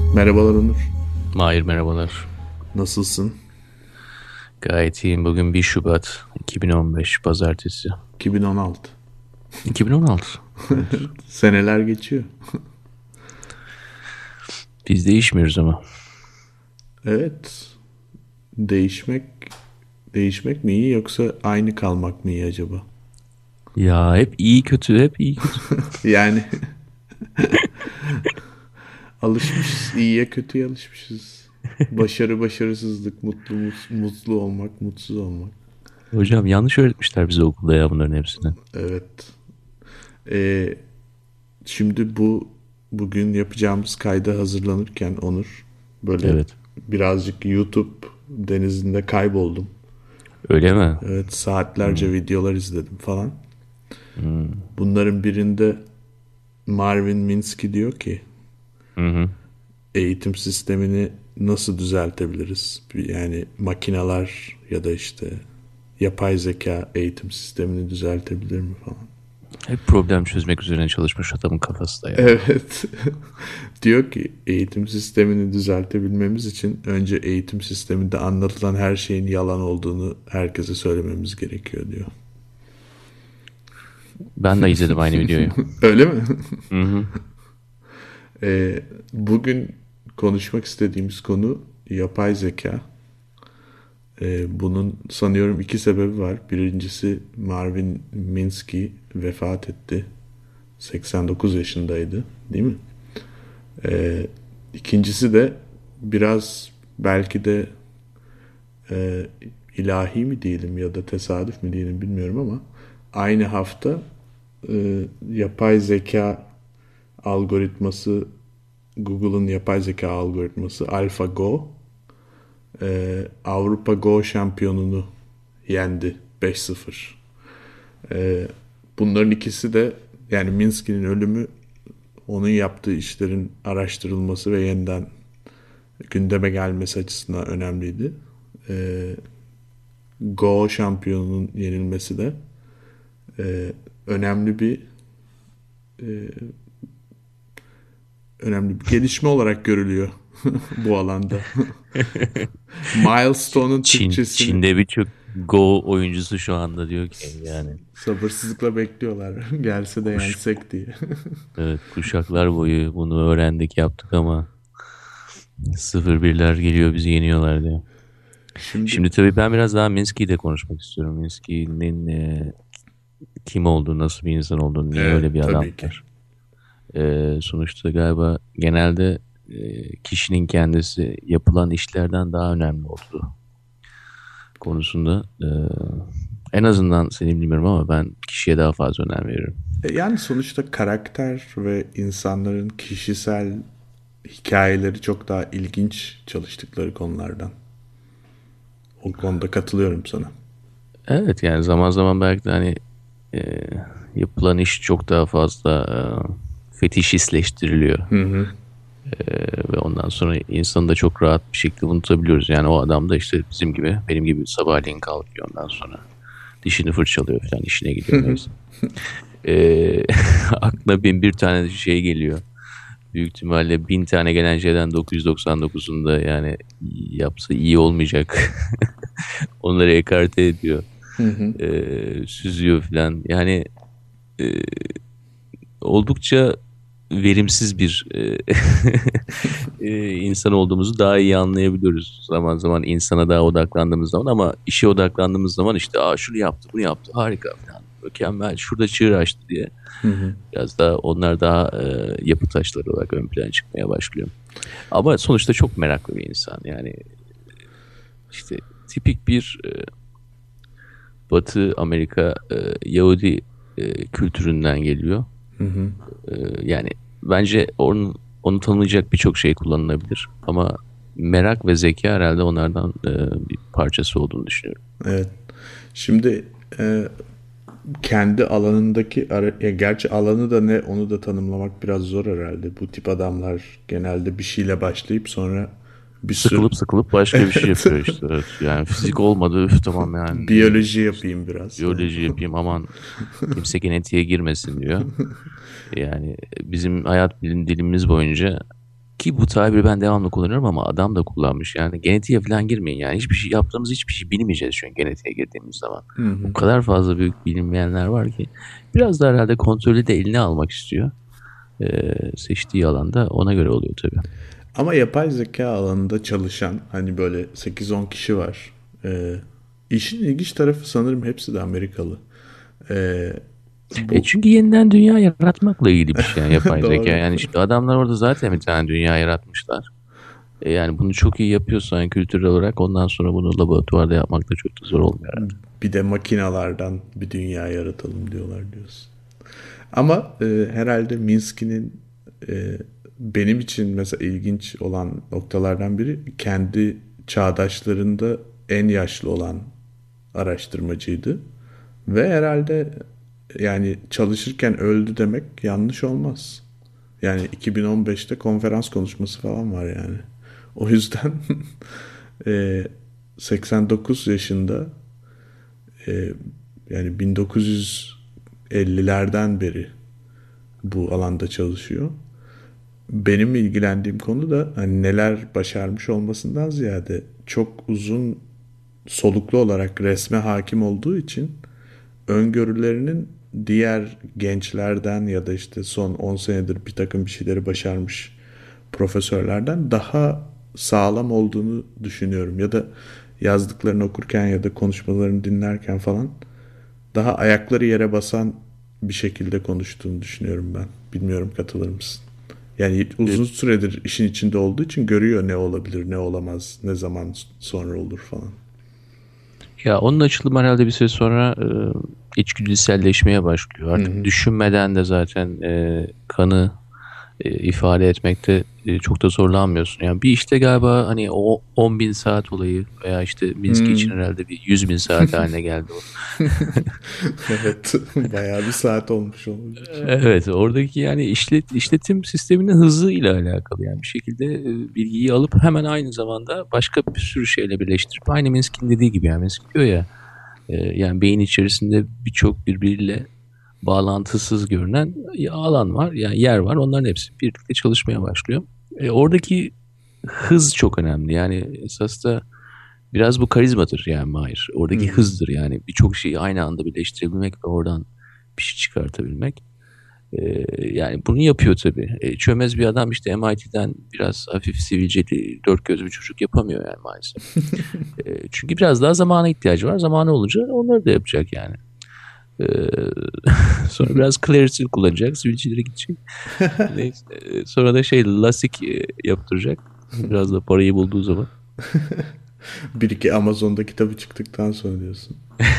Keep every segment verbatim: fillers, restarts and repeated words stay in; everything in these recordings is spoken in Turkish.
Merhabalar Onur. Mahir merhabalar. Nasılsın? Gayet iyiyim. Bugün bir Şubat iki bin on beş Pazartesi. iki bin on altı. iki bin on altı. Seneler geçiyor. Biz değişmiyoruz ama. Evet. Değişmek değişmek mi iyi yoksa aynı kalmak mı iyi acaba? Ya hep iyi kötü, hep iyi kötü. Yani alışmışız, iyiye kötüye alışmışız. Başarı, başarısızlık, mutlu, mut- mutlu olmak, mutsuz olmak. Hocam yanlış öğretmişler bize okulda ya bunların hepsini. Evet. Ee, şimdi bu bugün yapacağımız kayda hazırlanırken Onur böyle Evet. birazcık YouTube denizinde kayboldum. Öyle mi? Evet, saatlerce videolar izledim falan. Hmm. Bunların birinde Marvin Minsky diyor ki Hı hı. eğitim sistemini nasıl düzeltebiliriz? Yani makineler ya da işte yapay zeka eğitim sistemini düzeltebilir mi falan. Hep problem çözmek üzerine çalışmış adamın kafası da ya. Evet. Diyor ki eğitim sistemini düzeltebilmemiz için önce eğitim sisteminde anlatılan her şeyin yalan olduğunu herkese söylememiz gerekiyor diyor. Ben de izledim aynı videoyu. Öyle mi? Hı hı. Ee, bugün konuşmak istediğimiz konu yapay zeka. Ee, bunun sanıyorum iki sebebi var. Birincisi Marvin Minsky vefat etti. seksen dokuz yaşındaydı, değil mi? Ee, ikincisi de biraz belki de e, ilahi mi diyelim ya da tesadüf mü diyelim bilmiyorum ama aynı hafta e, yapay zeka algoritması Google'ın yapay zeka algoritması AlphaGo e, Avrupa Go şampiyonunu yendi beş sıfır. E, bunların ikisi de yani Minsky'nin ölümü onun yaptığı işlerin araştırılması ve yeniden gündeme gelmesi açısından önemliydi. E, Go şampiyonunun yenilmesi de e, önemli bir e, önemli bir gelişme olarak görülüyor bu alanda. Milestone'un Çin, Türkçesini Çin'de birçok Go oyuncusu şu anda diyor ki yani sabırsızlıkla bekliyorlar. Gelse de kuş, yensek diye. evet, kuşaklar boyu bunu öğrendik yaptık ama sıfır birler geliyor bizi yeniyorlar diyor. Şimdi Şimdi tabii ben biraz daha Minsky'yi de konuşmak istiyorum. Minsky'nin e, kim olduğu, nasıl bir insan olduğunu, niye evet öyle bir adam tabii ki. var. E, sonuçta galiba genelde e, kişinin kendisi yapılan işlerden daha önemli olduğu konusunda e, en azından seni bilmiyorum ama ben kişiye daha fazla önem veririm. E, Yani sonuçta karakter ve insanların kişisel hikayeleri çok daha ilginç çalıştıkları konulardan. O konuda katılıyorum sana. Evet, yani zaman zaman belki de hani e, yapılan iş çok daha fazla e, fetişistleştiriliyor. Hı hı. Ee, ve ondan sonra insanı da çok rahat bir şekilde unutabiliyoruz. Yani o adam da işte bizim gibi, benim gibi sabahleyin kalkıyor, ondan sonra dişini fırçalıyor falan, işine gidiyor neyse. Ee, aklına bin bir tane şey geliyor. Büyük ihtimalle bin tane gelen şeyden dokuz yüz doksan dokuzunda yani yapsa iyi olmayacak. Onları ekarte ediyor. Hı hı. Ee, süzüyor falan. Yani e, oldukça verimsiz bir e, e, insan olduğumuzu daha iyi anlayabiliyoruz. Zaman zaman insana daha odaklandığımız zaman, ama işe odaklandığımız zaman işte aa şunu yaptı, bunu yaptı, harika falan, mükemmel, şurada çığır açtı diye Hı hı. biraz daha onlar daha e, yapı taşları olarak ön plana çıkmaya başlıyor. Ama sonuçta çok meraklı bir insan. Yani işte tipik bir e, Batı Amerika e, Yahudi e, kültüründen geliyor. Hı hı. E, yani bence onun, onu tanımlayacak birçok şey kullanılabilir. Ama merak ve zeka herhalde onlardan e, bir parçası olduğunu düşünüyorum. Evet. Şimdi e, kendi alanındaki ara- ya gerçi alanı da ne onu da tanımlamak biraz zor herhalde. Bu tip adamlar genelde bir şeyle başlayıp sonra bir sürü Sıkılıp sıkılıp başka bir şey evet. yapıyor işte. Evet. Yani fizik olmadı, üf tamam yani e, Biyoloji yapayım biraz falan. biyoloji yapayım, aman kimse genetiğe girmesin diyor. Yani bizim hayat bilim dilimiz boyunca ki bu tabiri ben devamlı kullanıyorum ama adam da kullanmış. Yani genetiğe falan girmeyin. Yani hiçbir şey yaptığımız hiçbir şey bilmeyeceğiz şu an genetiğe girdiğimiz zaman. Hı O hı. kadar fazla büyük bilinmeyenler var ki. Biraz da herhalde kontrolü de eline almak istiyor. Ee, seçtiği alanda ona göre oluyor tabii. Ama yapay zeka alanında çalışan hani böyle sekiz on kişi var. Ee, işin ilginç tarafı sanırım hepsi de Amerikalı. Ee, E bu çünkü yeniden dünya yaratmakla ilgili bir şey yani yapay zeka. doğru. Yani şimdi adamlar orada zaten bir tane dünya yaratmışlar. E yani bunu çok iyi yapıyorsan kültürel olarak ondan sonra bunu laboratuvarda yapmak da çok da zor olmuyor herhalde. Bir de makinalardan bir dünya yaratalım diyorlar diyorsun. Ama e, herhalde Minsky'nin e, benim için mesela ilginç olan noktalardan biri kendi çağdaşlarında en yaşlı olan araştırmacıydı. Ve herhalde yani çalışırken öldü demek yanlış olmaz. Yani iki bin on beşte konferans konuşması falan var yani. O yüzden e, seksen dokuz yaşında, e, yani bin dokuz yüz ellilerden beri bu alanda çalışıyor. Benim ilgilendiğim konu da hani neler başarmış olmasından ziyade çok uzun soluklu olarak resme hakim olduğu için öngörülerinin diğer gençlerden ya da işte son on senedir bir takım bir şeyleri başarmış profesörlerden daha sağlam olduğunu düşünüyorum. Ya da yazdıklarını okurken ya da konuşmalarını dinlerken falan daha ayakları yere basan bir şekilde konuştuğunu düşünüyorum ben. Bilmiyorum, katılır mısın? Yani E, uzun süredir işin içinde olduğu için görüyor ne olabilir, ne olamaz, ne zaman sonra olur falan. Ya onun açılımı herhalde bir süre sonra e, içgüdüselleşmeye başlıyor. Hı Artık hı. düşünmeden de zaten e, kanı e, ifade etmekte e, çok da zorlanmıyorsun. Yani bir işte galiba hani o on bin saat olayı veya işte Minsky için Hmm. herhalde bir yüz bin saat haline geldi o. Evet. Bayağı bir saat olmuş onun için. Evet, oradaki yani işlet, işletim sisteminin hızıyla alakalı yani bir şekilde e, bilgiyi alıp hemen aynı zamanda başka bir sürü şeyle birleştirip aynı Minsky'nin dediği gibi yani Minsky diyor ya e, yani beyin içerisinde birçok birbiriyle bağlantısız görünen alan var yani yer var, onların hepsi birlikte çalışmaya başlıyor. E, oradaki hız çok önemli yani esas da biraz bu karizmadır yani Mahir. Hı Oradaki hı. hızdır yani birçok şeyi aynı anda birleştirebilmek ve oradan bir şey çıkartabilmek. Ee, yani bunu yapıyor tabii. Ee, çömez bir adam işte M I T'den biraz hafif sivilceli, dört gözlü bir çocuk yapamıyor yani maalesef. Ee, çünkü biraz daha zamana ihtiyacı var. Zamanı olunca onları da yapacak yani. Ee, sonra biraz Claritin kullanacak, sivilcelere gidecek. Neyse, ee, sonra da şey lasik e, yaptıracak. Biraz da parayı bulduğu zaman. Bir iki Amazon'da kitabı çıktıktan sonra diyorsun.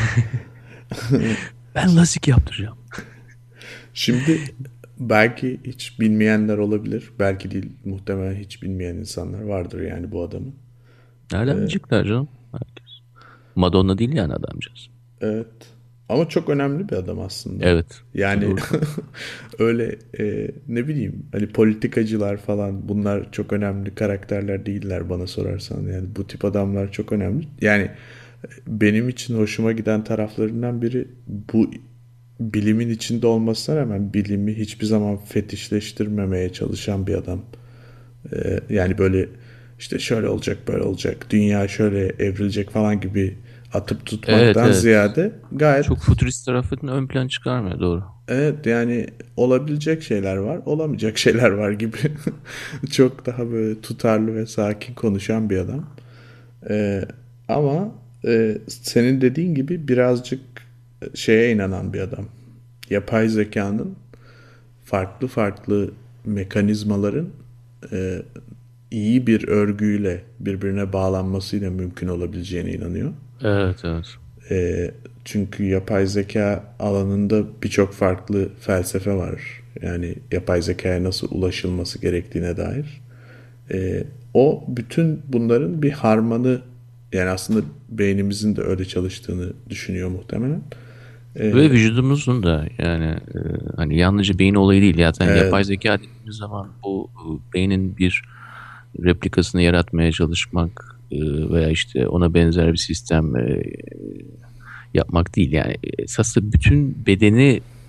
Ben lasik yaptıracağım. Şimdi belki hiç bilmeyenler olabilir. Belki değil, muhtemelen hiç bilmeyen insanlar vardır yani bu adamı. Nereden bilecekler canım? Herkes. Madonna değil yani adamcağız. Evet. Ama çok önemli bir adam aslında. Evet. Yani Doğru. öyle e, ne bileyim hani politikacılar falan, bunlar çok önemli karakterler değiller bana sorarsan. Yani bu tip adamlar çok önemli. Yani benim için hoşuma giden taraflarından biri bu, bilimin içinde olmasına rağmen bilimi hiçbir zaman fetişleştirmemeye çalışan bir adam. Ee, yani böyle işte şöyle olacak böyle olacak, dünya şöyle evrilecek falan gibi atıp Evet, tutmaktan evet. ziyade gayet Çok futurist tarafını ön plan çıkarmıyor, doğru. evet, yani olabilecek şeyler var, olamayacak şeyler var gibi çok daha böyle tutarlı ve sakin konuşan bir adam. Ee, ama e, senin dediğin gibi birazcık şeye inanan bir adam. Yapay zekanın farklı farklı mekanizmaların e, iyi bir örgüyle birbirine bağlanmasıyla mümkün olabileceğine inanıyor. Evet, evet. E, çünkü yapay zeka alanında birçok farklı felsefe var. Yani yapay zekaya nasıl ulaşılması gerektiğine dair. E, o bütün bunların bir harmanı, yani aslında beynimizin de öyle çalıştığını düşünüyor muhtemelen. Ve E, vücudumuzun da yani e, hani yalnızca beyin olayı değil. Zaten e, yapay zeka dediğimiz zaman bu e, beynin bir replikasını yaratmaya çalışmak e, veya işte ona benzer bir sistem e, yapmak değil. Yani esasında bütün bedeni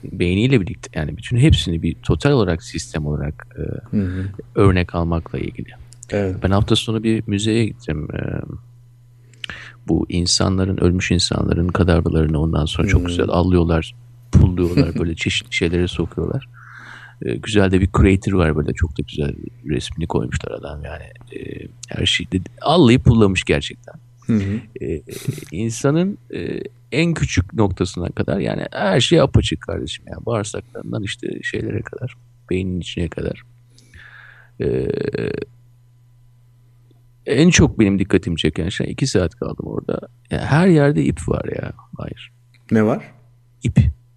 beyniyle birlikte yani bütün hepsini bir total olarak sistem olarak e, hı hı. örnek almakla ilgili. Evet. Ben hafta sonu bir müzeye gittim. E, bu insanların, ölmüş insanların kadavralarını ondan sonra çok güzel allıyorlar, pulluyorlar, böyle çeşitli şeylere sokuyorlar. Ee, güzel de bir creator var, böyle çok da güzel resmini koymuşlar adam yani. Ee, her şeyi de allayıp pullamış gerçekten. Hı hı. Ee, insanın e, en küçük noktasına kadar yani her şey apaçık kardeşim yani, bağırsaklarından işte şeylere kadar, beynin içine kadar. Ee, En çok benim dikkatimi çeken şey, iki saat kaldım orada. Yani her yerde ip var ya. Hayır. Ne var? İp.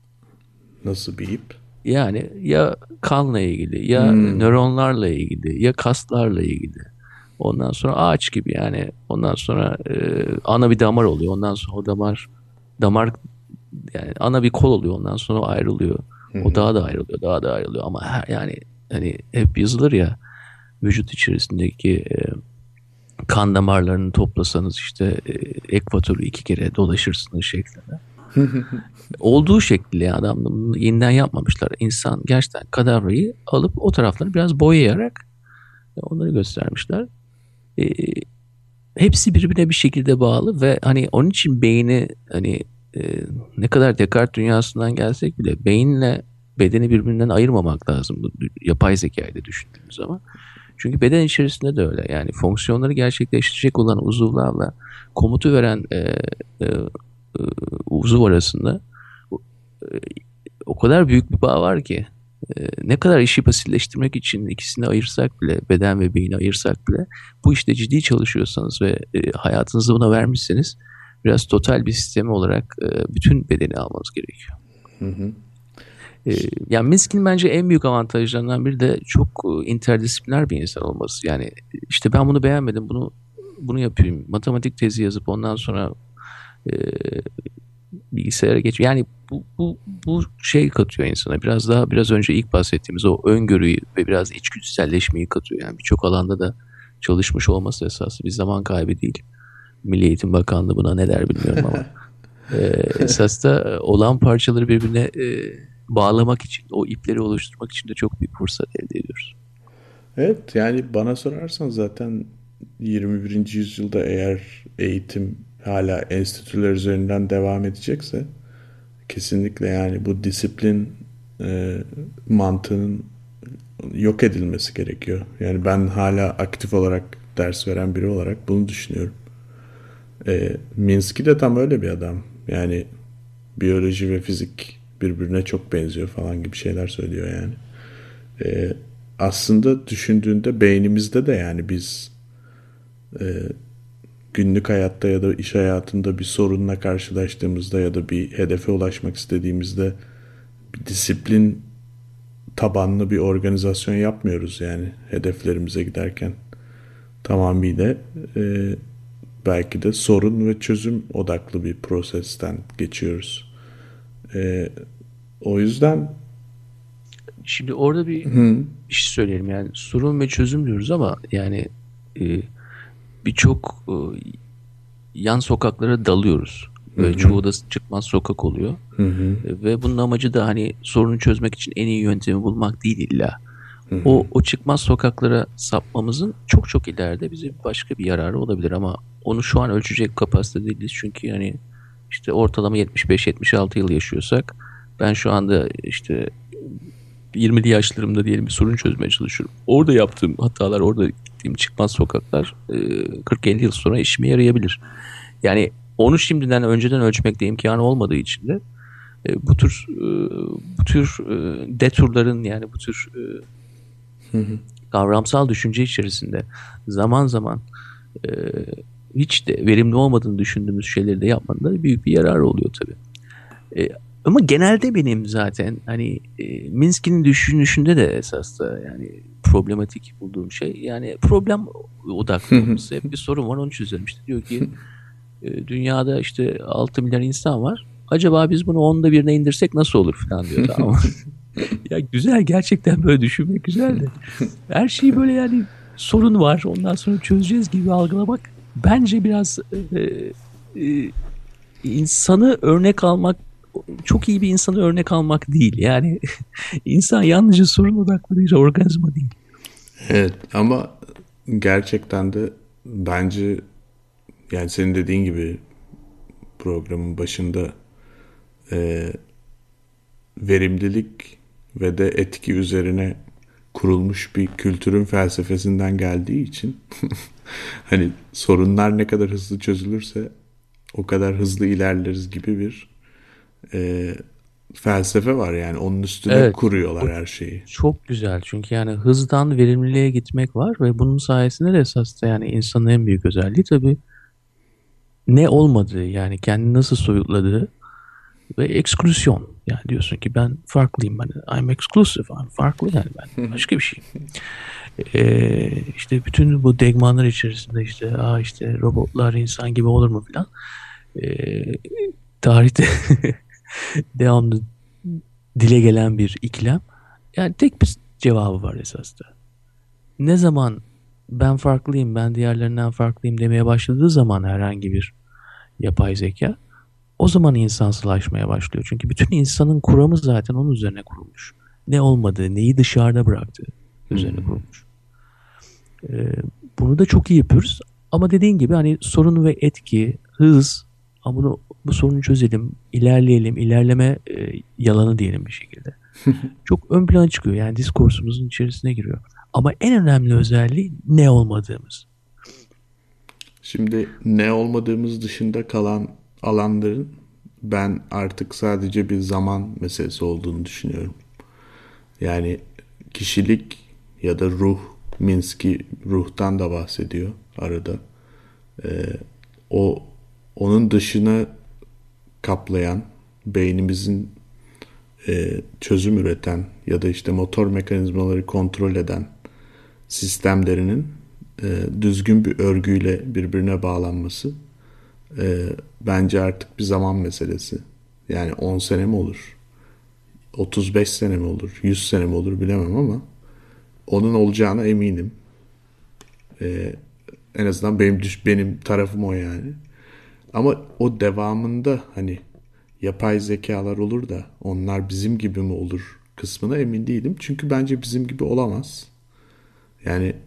Nasıl bir ip? Yani ya kanla ilgili, ya hmm. nöronlarla ilgili, ya kaslarla ilgili. Ondan sonra ağaç gibi yani. Ondan sonra e, ana bir damar oluyor. Ondan sonra o damar damar yani ana bir kol oluyor. Ondan sonra o ayrılıyor. Hmm. O daha da ayrılıyor, daha da ayrılıyor. Ama her, yani hani hep yazılır ya, vücut içerisindeki e, kan damarlarını toplasanız işte e, ekvatoru iki kere dolaşırsınız şeklinde. Olduğu şekliyle adamın yeniden yapmamışlar. İnsan gerçekten kadavrayı alıp o tarafları biraz boyayarak onları göstermişler. E, hepsi birbirine bir şekilde bağlı ve hani onun için beyni hani e, ne kadar Descartes dünyasından gelsek bile beyinle bedeni birbirinden ayırmamak lazım. Yapay zekayı da düşündüğümüz zaman. Çünkü beden içerisinde de öyle. Yani fonksiyonları gerçekleştirecek olan uzuvlarla komutu veren e, e, e, uzuv arasında e, o kadar büyük bir bağ var ki e, ne kadar işi basitleştirmek için ikisini ayırsak bile, beden ve beyni ayırsak bile, bu işte ciddi çalışıyorsanız ve e, hayatınızı buna vermişseniz biraz total bir sistemi olarak e, bütün bedeni almanız gerekiyor. Hı hı. Yani Minsky'nin bence en büyük avantajlarından biri de çok interdisipliner bir insan olması. Yani işte ben bunu beğenmedim, bunu bunu yapayım. Matematik tezi yazıp ondan sonra e, bilgisayara geç. Yani bu, bu bu şey katıyor insana. Biraz daha biraz önce ilk bahsettiğimiz o öngörüyü ve biraz içgüdüselleşmeyi katıyor. Yani birçok alanda da çalışmış olması esası bir zaman kaybı değil. Milli Eğitim Bakanlığı buna ne der bilmiyorum ama e, esas da olan parçaları birbirine e, bağlamak için, o ipleri oluşturmak için de çok büyük fırsat elde ediyoruz. Evet, yani bana sorarsan zaten yirmi birinci yüzyılda eğer eğitim hala enstitüler üzerinden devam edecekse kesinlikle yani bu disiplin e, mantığının yok edilmesi gerekiyor. Yani ben hala aktif olarak ders veren biri olarak bunu düşünüyorum. E, Minsky de tam öyle bir adam. Yani biyoloji ve fizik birbirine çok benziyor falan gibi şeyler söylüyor yani. Ee, aslında düşündüğünde beynimizde de yani biz e, günlük hayatta ya da iş hayatında bir sorunla karşılaştığımızda ya da bir hedefe ulaşmak istediğimizde bir disiplin tabanlı bir organizasyon yapmıyoruz yani hedeflerimize giderken. Tamamıyla e, belki de sorun ve çözüm odaklı bir prosesten geçiyoruz. E, o yüzden şimdi orada bir Hı. bir şey söyleyelim yani, sorun ve çözüm diyoruz ama yani e, birçok e, yan sokaklara dalıyoruz. Ve çoğu da çıkmaz sokak oluyor. Hı hı. E, ve bunun amacı da hani sorunu çözmek için en iyi yöntemi bulmak değil illa. Hı hı. O o çıkmaz sokaklara sapmamızın çok çok ileride bize başka bir yararı olabilir ama onu şu an ölçecek kapasitede değiliz. Çünkü yani işte ortalama yetmiş beş yetmiş altı yıl yaşıyorsak, ben şu anda işte yirmili yaşlarımda diyelim bir sorun çözmeye çalışıyorum. Orada yaptığım hatalar, orada gittiğim çıkmaz sokaklar kırk elli yıl sonra işime yarayabilir. Yani onu şimdiden önceden ölçmekte imkanı olmadığı için de bu tür bu tür deturların yani bu tür kavramsal düşünce içerisinde zaman zaman hiç de verimli olmadığını düşündüğümüz şeyleri de yapmanın da büyük bir yararı oluyor tabii. Ama genelde benim zaten hani e, Minsky'nin düşünüşünde de esas da yani problematik bulduğum şey yani problem odaklı olması. Hep bir sorun var, onu çözelim. İşte diyor ki e, dünyada işte altı milyar insan var. Acaba biz bunu onda birine indirsek nasıl olur falan diyor. Tamam. Ya güzel, gerçekten böyle düşünmek güzel de. Her şeyi böyle yani sorun var ondan sonra çözeceğiz gibi algılamak bence biraz e, e, insanı örnek almak çok iyi bir insanı örnek almak değil. Yani insan yalnızca sorun odaklı bir organizma değil. Evet ama gerçekten de bence yani senin dediğin gibi programın başında e, verimlilik ve de etki üzerine kurulmuş bir kültürün felsefesinden geldiği için hani sorunlar ne kadar hızlı çözülürse o kadar hızlı ilerleriz gibi bir e, felsefe var yani onun üstüne Evet, o kuruyorlar her şeyi. çok güzel çünkü yani hızdan verimliliğe gitmek var ve bunun sayesinde de esas da yani insanın en büyük özelliği tabii ne olmadığı yani kendini nasıl soyutladığı ve eksklüsyon. Yani diyorsun ki ben farklıyım, ben I'm exclusive, I'm farklı yani ben başka bir şeyim. Ee, işte bütün bu degmanlar içerisinde işte aa işte robotlar insan gibi olur mu filan. Ee, tarihte devamlı dile gelen bir ikilem. Yani tek bir cevabı var esas da. Ne zaman ben farklıyım, ben diğerlerinden farklıyım demeye başladığı zaman herhangi bir yapay zeka o zaman insansılaşmaya başlıyor. Çünkü bütün insanın kuramı zaten onun üzerine kurulmuş. Ne olmadığı, neyi dışarıda bıraktığı üzerine kurulmuş. Ee, bunu da çok iyi yapıyoruz. Ama dediğin gibi hani sorun ve etki, hız, ama bunu bu sorunu çözelim, ilerleyelim, ilerleme e, yalanı diyelim bir şekilde. Çok ön plana çıkıyor. Yani diskursumuzun içerisine giriyor. Ama en önemli özelliği ne olmadığımız. Şimdi ne olmadığımız dışında kalan alanların ben artık sadece bir zaman meselesi olduğunu düşünüyorum. Yani kişilik ya da ruh, Minsky ruhtan da bahsediyor arada. Ee, o onun dışını kaplayan beynimizin e, çözüm üreten ya da işte motor mekanizmaları kontrol eden sistemlerinin e, düzgün bir örgüyle birbirine bağlanması e, bence artık bir zaman meselesi. Yani on sene mi olur? otuz beş sene mi olur? yüz sene mi olur bilemem ama onun olacağına eminim. E, en azından benim düş benim tarafım o yani. Ama o devamında hani yapay zekalar olur da onlar bizim gibi mi olur kısmına emin değilim. Çünkü bence bizim gibi olamaz. Yani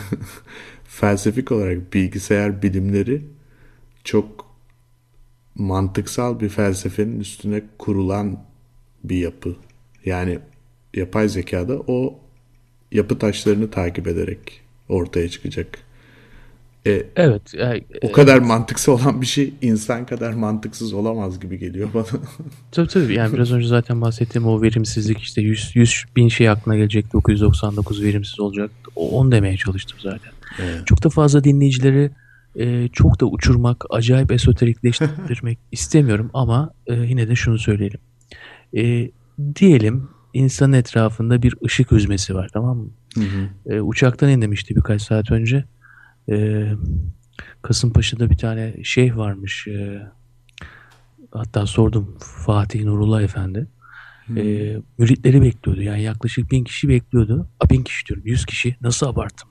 felsefik olarak bilgisayar bilimleri çok mantıksal bir felsefenin üstüne kurulan bir yapı. Yani yapay zekada o yapı taşlarını takip ederek ortaya çıkacak. E, Evet, e, o kadar evet. mantıksız olan bir şey insan kadar mantıksız olamaz gibi geliyor bana. Tabii tabii. Yani biraz önce zaten bahsettiğim o verimsizlik işte yüz, yüz bin şey aklına gelecek. dokuz yüz doksan dokuz verimsiz olacak. O, onu demeye çalıştım zaten. Evet. Çok da fazla dinleyicileri e, çok da uçurmak, acayip esoterikleştirmek istemiyorum ama e, yine de şunu söyleyelim. E, diyelim insanın etrafında bir ışık hüzmesi var, tamam mı? Hı hı. E, uçaktan inmişti birkaç saat önce. E, Kasımpaşa'da bir tane şeyh varmış. E, hatta sordum, Fatih Nurullah Efendi. E, müritleri bekliyordu. Yani yaklaşık bin kişi bekliyordu. A, bin kişi diyorum. Yüz kişi. Nasıl abarttım?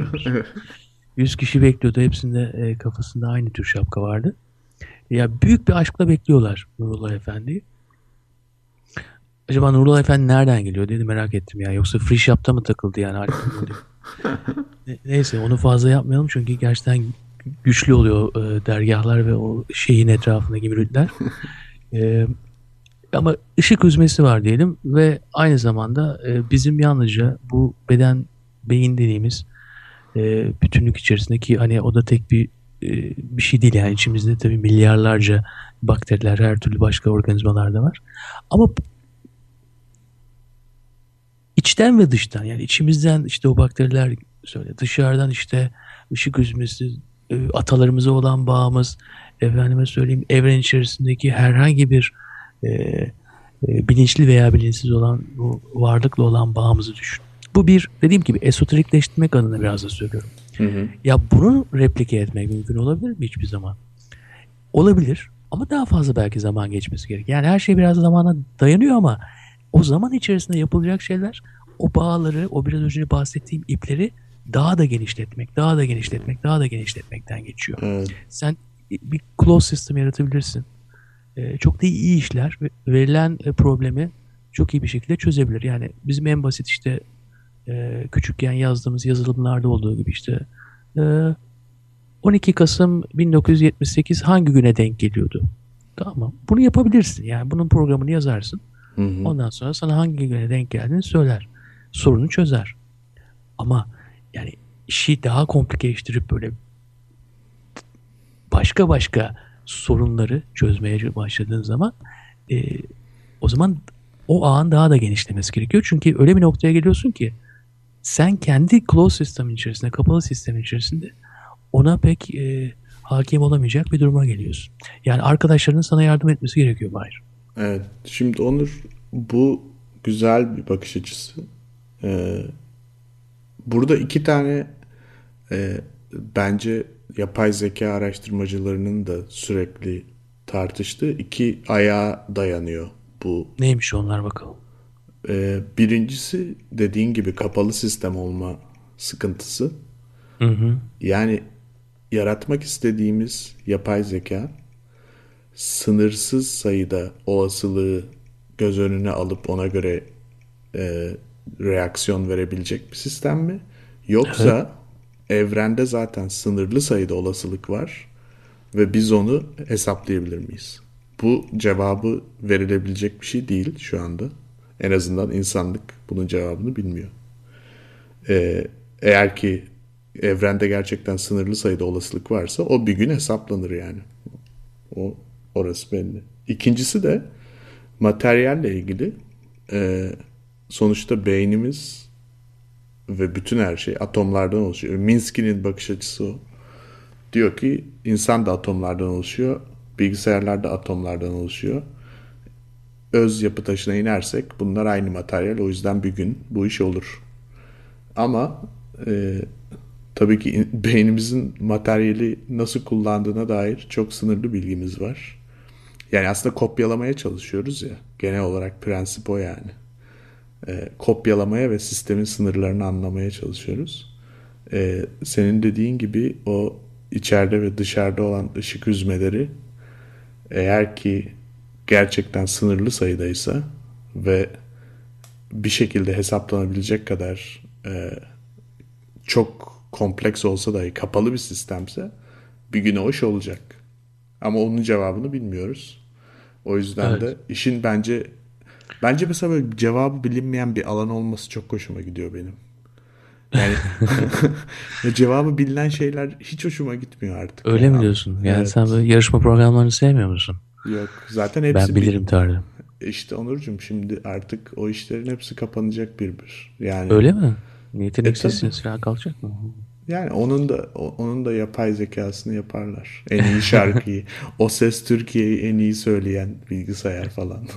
Yüz kişi bekliyordu. Hepsinde e, kafasında aynı tür şapka vardı. Ya büyük bir aşkla bekliyorlar Nurullah Efendi'yi. Acaba Nurullah Efendi nereden geliyor dedi, merak ettim ya. Yoksa free shop'ta mı takıldı yani? Ne- Neyse onu fazla yapmayalım çünkü gerçekten güçlü oluyor e, dergahlar ve o şeyin etrafındaki müritler. E, ama ışık hüzmesi var diyelim ve aynı zamanda e, bizim yalnızca bu beden, beyin dediğimiz e, bütünlük içerisindeki hani o da tek bir e, bir şey değil yani içimizde tabii milyarlarca bakteriler, her türlü başka organizmalar da var. Ama içten ve dıştan yani içimizden işte o bakteriler söyle, dışarıdan işte ışık hüzmesi, e, atalarımıza olan bağımız, efendime söyleyeyim evren içerisindeki herhangi bir e, e, bilinçli veya bilinçsiz olan bu varlıkla olan bağımızı düşün. Bu bir dediğim gibi esoterikleştirmek adına biraz da söylüyorum. Hı hı. Ya bunu replike etmek mümkün olabilir mi hiçbir zaman? Olabilir ama daha fazla belki zaman geçmesi gerek. Yani her şey biraz zamana dayanıyor ama o zaman içerisinde yapılacak şeyler o bağları, o biraz önce bahsettiğim ipleri daha da genişletmek, daha da genişletmek, daha da genişletmekten geçiyor. Evet. Sen bir closed system yaratabilirsin. e, çok da iyi işler ve verilen e, problemi çok iyi bir şekilde çözebilir. Yani bizim en basit işte e, küçükken yazdığımız yazılımlarda olduğu gibi işte e, on iki Kasım bin dokuz yüz yetmiş sekiz hangi güne denk geliyordu? Tamam mı? Bunu yapabilirsin. Yani bunun programını yazarsın. Hı hı. Ondan sonra sana hangi güne denk geldiğini söyler. Sorunu çözer. Ama yani işi daha komplikeştirip böyle başka başka sorunları çözmeye başladığın zaman e, o zaman o ağın daha da genişlemesi gerekiyor. Çünkü öyle bir noktaya geliyorsun ki sen kendi closed sistemin içerisinde, kapalı sistemin içerisinde ona pek e, hakim olamayacak bir duruma geliyorsun. Yani arkadaşlarının sana yardım etmesi gerekiyor Bahir. Evet. Şimdi Onur, bu güzel bir bakış açısı. Ee, burada iki tane e, bence yapay zeka araştırmacılarının da sürekli tartıştığı iki ayağa dayanıyor bu. Neymiş onlar bakalım. Ee, birincisi dediğin gibi kapalı sistem olma sıkıntısı. Hı hı. Yani yaratmak istediğimiz yapay zeka sınırsız sayıda olasılığı göz önüne alıp ona göre e, reaksiyon verebilecek bir sistem mi? Evet. Yoksa evrende zaten sınırlı sayıda olasılık var ve biz onu hesaplayabilir miyiz? Bu cevabı verilebilecek bir şey değil şu anda. En azından insanlık bunun cevabını bilmiyor. Ee, eğer ki evrende gerçekten sınırlı sayıda olasılık varsa o bir gün hesaplanır yani. O orası belli. İkincisi de materyalle ilgili. Ee, sonuçta beynimiz ve bütün her şey atomlardan oluşuyor. Minsky'nin bakış açısı o. Diyor ki insan da atomlardan oluşuyor, bilgisayarlar da atomlardan oluşuyor. Öz yapı taşına inersek bunlar aynı materyal, o yüzden bir gün bu iş olur. Ama e, tabii ki beynimizin materyali nasıl kullandığına dair çok sınırlı bilgimiz var. Yani aslında kopyalamaya çalışıyoruz ya. Genel olarak prensip o yani. E, kopyalamaya ve sistemin sınırlarını anlamaya çalışıyoruz. E, senin dediğin gibi o içeride ve dışarıda olan ışık hüzmeleri eğer ki gerçekten sınırlı sayıdaysa ve bir şekilde hesaplanabilecek kadar e, çok kompleks olsa dahi kapalı bir sistemse bir gün o iş olacak. Ama onun cevabını bilmiyoruz. O yüzden Evet. de işin bence bence mesela böyle cevabı bilinmeyen bir alan olması çok hoşuma gidiyor benim. Yani cevabı bilinen şeyler hiç hoşuma gitmiyor artık Öyle mi ya. diyorsun? Yani sen Evet. böyle yarışma programlarını sevmiyor musun? Yok. Zaten Ben hepsi bir bilirim Tanrım. işte Onurcuğum, şimdi artık o işlerin hepsi kapanacak bir bir. Yani Öyle mi? e tabi. Yeteneksizsiniz falan kalacak mı? Yani onun da onun da yapay zekasını yaparlar. En iyi şarkıyı, O Ses Türkiye'yi en iyi söyleyen bilgisayar falan.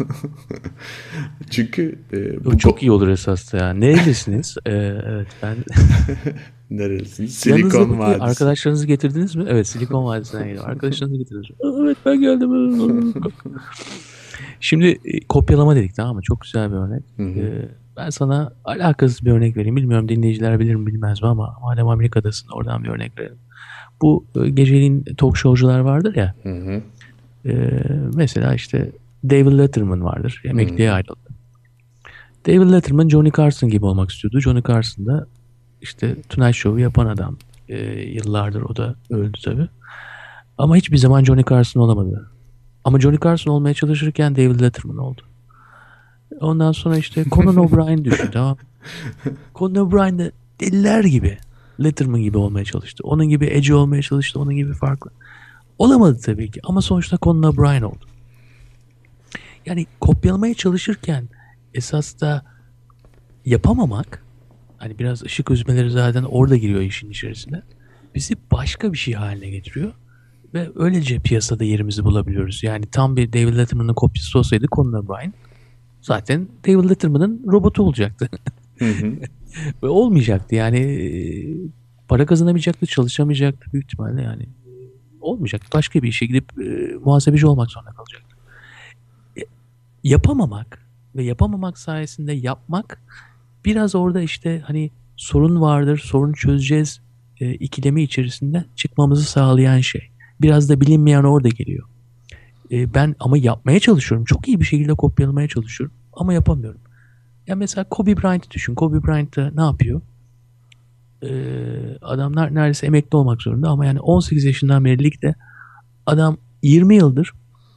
Çünkü e, O bu çok ko- iyi olur esas da ya. Nerelisiniz? Ee, evet ben. nerelisiniz? Yanınızda Silikon peki Vadisi. arkadaşlarınızı getirdiniz mi? Evet, Silikon Vadisi'nden geliyorum. Arkadaşlarınızı getirdiniz mi? "Aa, evet ben geldim. Şimdi e, kopyalama dedik, tamam mı? Çok güzel bir örnek. Ee, ben sana alakasız bir örnek vereyim. Bilmiyorum dinleyiciler bilir mi bilmez mi ama madem Amerika'dasın oradan bir örnek verelim. Bu e, geceliğin talk show'cular vardır ya. Hı hı. e, mesela işte David Letterman vardır. Emekliye ayrıldı. David Letterman Johnny Carson gibi olmak istiyordu. Johnny Carson da işte Tonight Show'u yapan adam. E, yıllardır o da öldü tabii. Ama hiçbir zaman Johnny Carson olamadı. Ama Johnny Carson olmaya çalışırken David Letterman oldu. Ondan sonra işte Conan O'Brien düşün, tamam. Conan O'Brien de deliler gibi Letterman gibi olmaya çalıştı. Onun gibi edgy olmaya çalıştı. Onun gibi farklı. Olamadı tabii ki ama sonuçta Conan O'Brien oldu. Yani kopyalamaya çalışırken esas da yapamamak, hani biraz ışık hüzmeleri zaten orada giriyor işin içerisine. Bizi başka bir şey haline getiriyor. Ve öylece piyasada yerimizi bulabiliyoruz. Yani tam bir David Letterman'ın kopyası olsaydı Conan O'Brien zaten David Letterman'ın robotu olacaktı. Hı hı. Ve olmayacaktı yani, para kazanamayacaktı, çalışamayacaktı büyük ihtimalle yani. Olmayacaktı. Başka bir işe gidip e, muhasebeci olmak zorunda kalacaktı. E, yapamamak ve yapamamak sayesinde yapmak biraz orada işte hani sorun vardır, sorun çözeceğiz e, ikilemi içerisinde çıkmamızı sağlayan şey. Biraz da bilinmeyen orada geliyor. E, ben ama yapmaya çalışıyorum. Çok iyi bir şekilde kopyalamaya çalışıyorum. Ama yapamıyorum. Ya mesela Kobe Bryant'ı düşün. Kobe Bryant da ne yapıyor? Ee, adamlar neredeyse emekli olmak zorunda ama yani on sekiz yaşından beri ligde adam yirmi yıldır,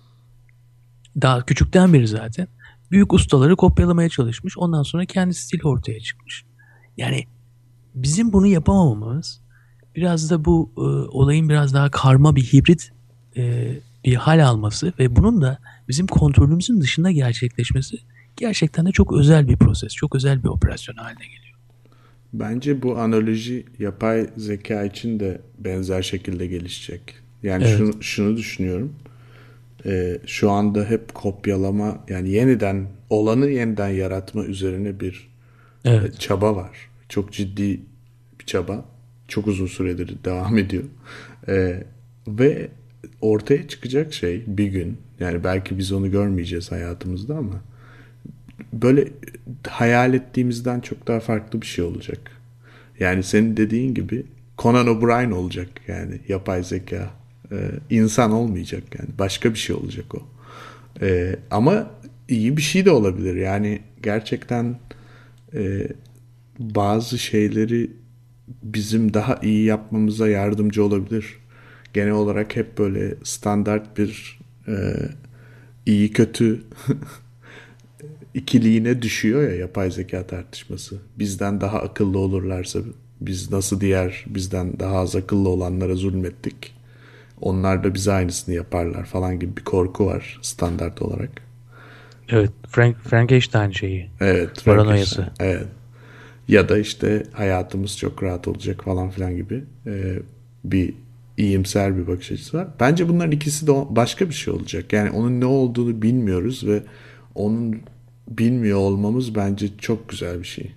daha küçükten beri zaten büyük ustaları kopyalamaya çalışmış. Ondan sonra kendi stili ortaya çıkmış. Yani bizim bunu yapamamamız biraz da bu e, olayın biraz daha karma bir hibrit e, bir hal alması ve bunun da bizim kontrolümüzün dışında gerçekleşmesi gerçekten de çok özel bir proses, çok özel bir operasyon haline geliyor. Bence bu analoji yapay zeka için de benzer şekilde gelişecek. Yani Evet, şunu, şunu düşünüyorum. Ee, şu anda hep kopyalama, yani yeniden olanı yeniden yaratma üzerine bir e, evet, çaba var. Çok ciddi bir çaba. Çok uzun süredir devam ediyor. Ee, ve ortaya çıkacak şey bir gün, yani belki biz onu görmeyeceğiz hayatımızda ama böyle hayal ettiğimizden çok daha farklı bir şey olacak. Yani senin dediğin gibi Conan O'Brien olacak, yani yapay zeka. Ee, insan olmayacak, yani başka bir şey olacak o. Ee, ama iyi bir şey de olabilir. Yani gerçekten e, bazı şeyleri bizim daha iyi yapmamıza yardımcı olabilir. Genel olarak hep böyle standart bir e, iyi kötü ikiliğine düşüyor ya yapay zeka tartışması. Bizden daha akıllı olurlarsa biz nasıl diğer bizden daha az akıllı olanlara zulmettik, onlar da bize aynısını yaparlar falan gibi bir korku var standart olarak. evet. Frank, Frankenstein şeyi, Evet, Frankenstein. paranoyası. Evet. Ya da işte hayatımız çok rahat olacak falan filan gibi e, bir iyimser bir bakış açısı var. Bence bunların ikisi de başka bir şey olacak. Yani onun ne olduğunu bilmiyoruz ve onun bilmiyor olmamız bence çok güzel bir şey.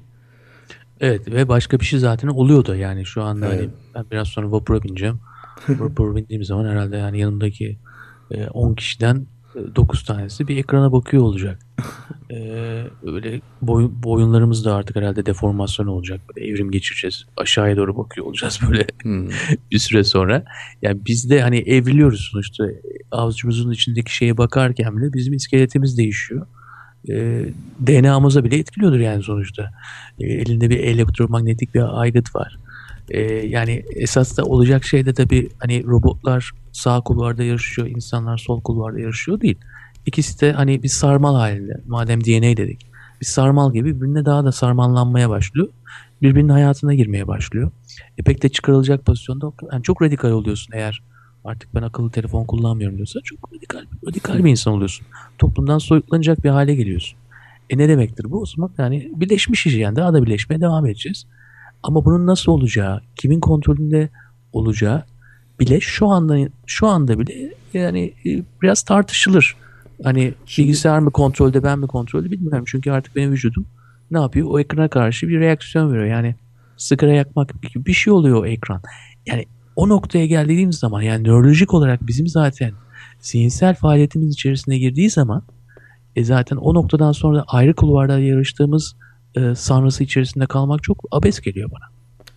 Evet ve başka bir şey zaten oluyor da yani şu anda Evet. hani ben biraz sonra vapura bineceğim. Vapura bindiğim zaman herhalde yani yanımdaki e, on kişiden e, dokuz tanesi bir ekrana bakıyor olacak. E, öyle boy, boyunlarımız da artık herhalde deformasyon olacak. Böyle evrim geçireceğiz. Aşağıya doğru bakıyor olacağız böyle bir süre sonra. Yani biz de hani evriliyoruz sonuçta. Avucumuzun içindeki şeye bakarken bile bizim iskeletimiz değişiyor. E, D N A'mıza bile etkiliyordur yani sonuçta. E, elinde bir elektromanyetik bir aygıt var. E, yani esas da olacak şey de tabii hani robotlar sağ kulvarda yarışıyor, insanlar sol kulvarda yarışıyor değil. İkisi de hani bir sarmal halinde. Madem D N A dedik. Bir sarmal gibi birbirine daha da sarmallanmaya başlıyor. Birbirinin hayatına girmeye başlıyor. E pek de çıkarılacak pozisyonda yani çok radikal oluyorsun eğer artık ben akıllı telefon kullanmıyorum diyorsa çok radikal, radikal bir insan oluyorsun. Toplumdan soyutlanacak bir hale geliyorsun. E ne demektir bu? O zaman yani birleşmiş iş yani daha da birleşmeye devam edeceğiz. Ama bunun nasıl olacağı, kimin kontrolünde olacağı bile şu anda şu anda bile yani e, biraz tartışılır. Hani Şimdi bilgisayar mı kontrolde ben mi kontrolde bilmiyorum. Çünkü artık benim vücudum ne yapıyor? O ekrana karşı bir reaksiyon veriyor. Yani sigara yakmak gibi bir şey oluyor o ekran. Yani o noktaya geldiğimiz zaman yani nörolojik olarak bizim zaten zihinsel faaliyetimiz içerisine girdiği zaman e zaten o noktadan sonra ayrı kulvarda yarıştığımız e, sanrısı içerisinde kalmak çok abes geliyor bana.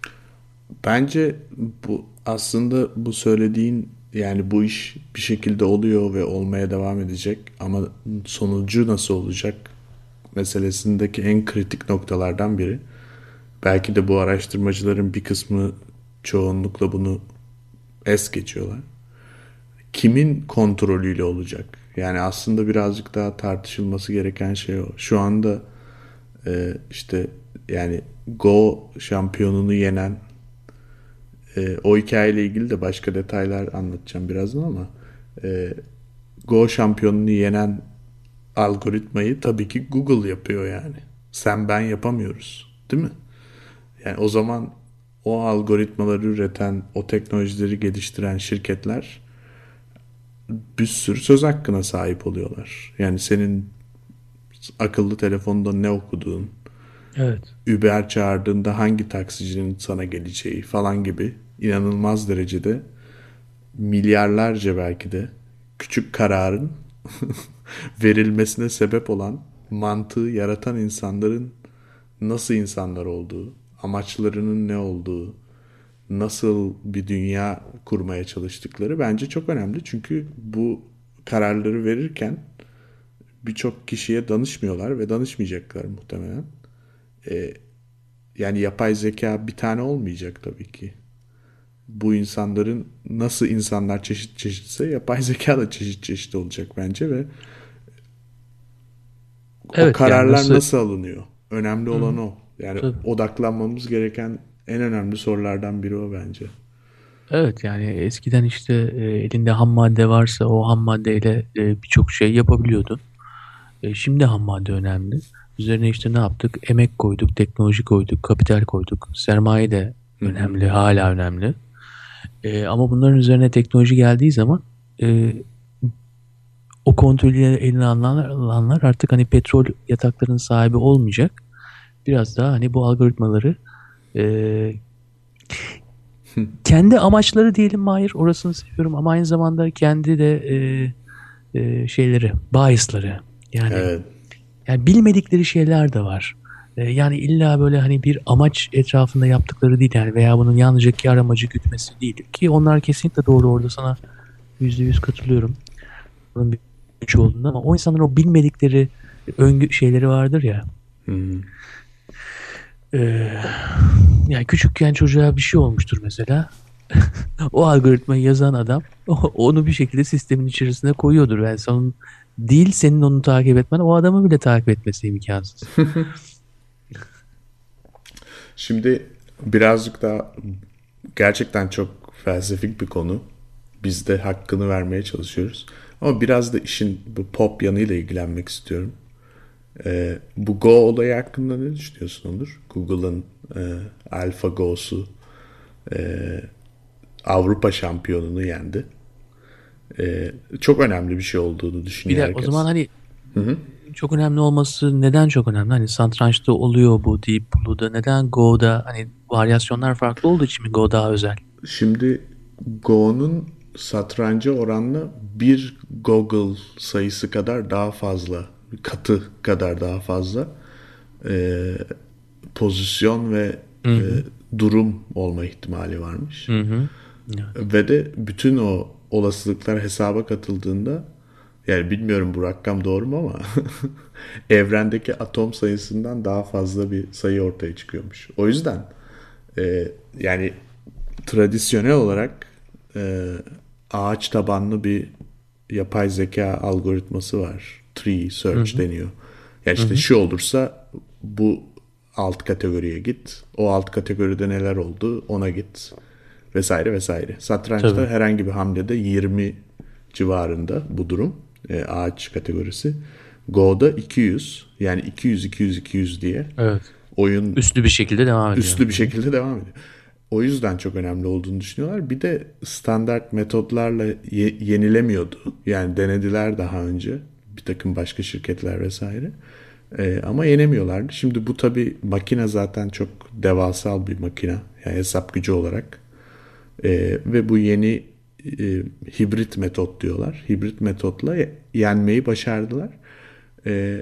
bence bu aslında bu söylediğin, yani bu iş bir şekilde oluyor ve olmaya devam edecek ama sonucu nasıl olacak meselesindeki en kritik noktalardan biri. Belki de bu araştırmacıların bir kısmı çoğunlukla bunu es geçiyorlar. Kimin kontrolüyle olacak? Yani aslında birazcık daha tartışılması gereken şey o. Şu anda e, işte yani Go şampiyonunu yenen, e, o hikayeyle ilgili de başka detaylar anlatacağım birazdan ama e, Go şampiyonunu yenen algoritmayı tabii ki Google yapıyor yani. Sen ben yapamıyoruz. Değil mi? Yani o zaman o algoritmaları üreten, o teknolojileri geliştiren şirketler bir sürü söz hakkına sahip oluyorlar. Yani senin akıllı telefonda ne okuduğun, Evet. Uber çağırdığında hangi taksicinin sana geleceği falan gibi inanılmaz derecede milyarlarca belki de küçük kararın verilmesine sebep olan, mantığı yaratan insanların nasıl insanlar olduğu, amaçlarının ne olduğu, nasıl bir dünya kurmaya çalıştıkları bence çok önemli. Çünkü bu kararları verirken birçok kişiye danışmıyorlar ve danışmayacaklar muhtemelen. E, yani yapay zeka bir tane olmayacak tabii ki. Bu insanların nasıl insanlar çeşit çeşitse yapay zeka da çeşit çeşit olacak bence ve o Evet yani kararlar nasıl. nasıl alınıyor? Önemli Hı olan hı, o. Yani tabii. odaklanmamız gereken en önemli sorulardan biri o bence. Evet yani eskiden işte e, elinde ham madde varsa o ham maddeyle e, birçok şey yapabiliyordun. E, şimdi ham madde önemli. Üzerine işte ne yaptık? Emek koyduk, teknoloji koyduk, kapital koyduk. Sermaye de Hı hı. önemli, hala önemli. E, ama bunların üzerine teknoloji geldiği zaman e, o kontrolü eline alanlar, alanlar artık hani petrol yataklarının sahibi olmayacak. Biraz daha hani bu algoritmaları e, kendi amaçları diyelim Mahir, orasını seviyorum ama aynı zamanda kendi de e, e, şeyleri, biasları yani Evet. yani bilmedikleri şeyler de var. E, yani illa böyle hani bir amaç etrafında yaptıkları değil yani veya bunun yalnızca kar amacı gütmesi değil ki onlar kesinlikle doğru, orada sana yüzde yüz katılıyorum. Bunun bir güç olduğunda ama o insanların o bilmedikleri öngü şeyleri vardır ya. Hı hı. E, yani küçükken çocuğa bir şey olmuştur mesela. O algoritmayı yazan adam onu bir şekilde sistemin içerisine koyuyordur. Yani onun değil, senin onu takip etmen, o adamı bile takip etmesi imkansız. Şimdi birazcık daha gerçekten çok felsefik bir konu. Biz de hakkını vermeye çalışıyoruz. Ama biraz da işin bu pop yanıyla ilgilenmek istiyorum. Ee, bu Go olayı hakkında ne düşünüyorsun Onur? Google'ın e, AlphaGo'su e, Avrupa şampiyonunu yendi. Ee, çok önemli bir şey olduğunu Bir düşünüyor de o zaman herkes. hani çok önemli olması neden çok önemli? Hani satrançta oluyor bu, Deep Blue'da, neden Go'da hani varyasyonlar farklı olduğu için mi Go daha özel? Şimdi Go'nun satranca oranla bir Google sayısı kadar daha fazla, katı kadar daha fazla e, pozisyon ve Hı e, hı. durum olma ihtimali varmış. Hı hı. Evet. Ve de bütün o olasılıklar hesaba katıldığında, yani bilmiyorum bu rakam doğru mu ama evrendeki atom sayısından daha fazla bir sayı ortaya çıkıyormuş. O yüzden e, yani tradisyonel olarak e, ağaç tabanlı bir yapay zeka algoritması var. Tree Hı search hı. deniyor. Yani Hı işte hı. şu olursa bu alt kategoriye git. O alt kategoride neler oldu ona git. Vesaire vesaire. Satrançta Tabii. herhangi bir hamlede yirmi civarında bu durum. E, ağaç kategorisi. Go'da iki yüz. Yani iki yüz iki yüz iki yüz diye Evet. oyun Üslü bir şekilde devam ediyor. üstlü bir Hı hı. şekilde devam ediyor. O yüzden çok önemli olduğunu düşünüyorlar. Bir de standart metodlarla ye- yenilemiyordu. Yani denediler daha önce bir takım başka şirketler vesaire. Ee, ama yenemiyorlardı. Şimdi bu tabii makine zaten çok devasal bir makine. Yani hesap gücü olarak. Ee, ve bu yeni e, hibrit metot diyorlar. Hibrit metotla yenmeyi başardılar. Ee,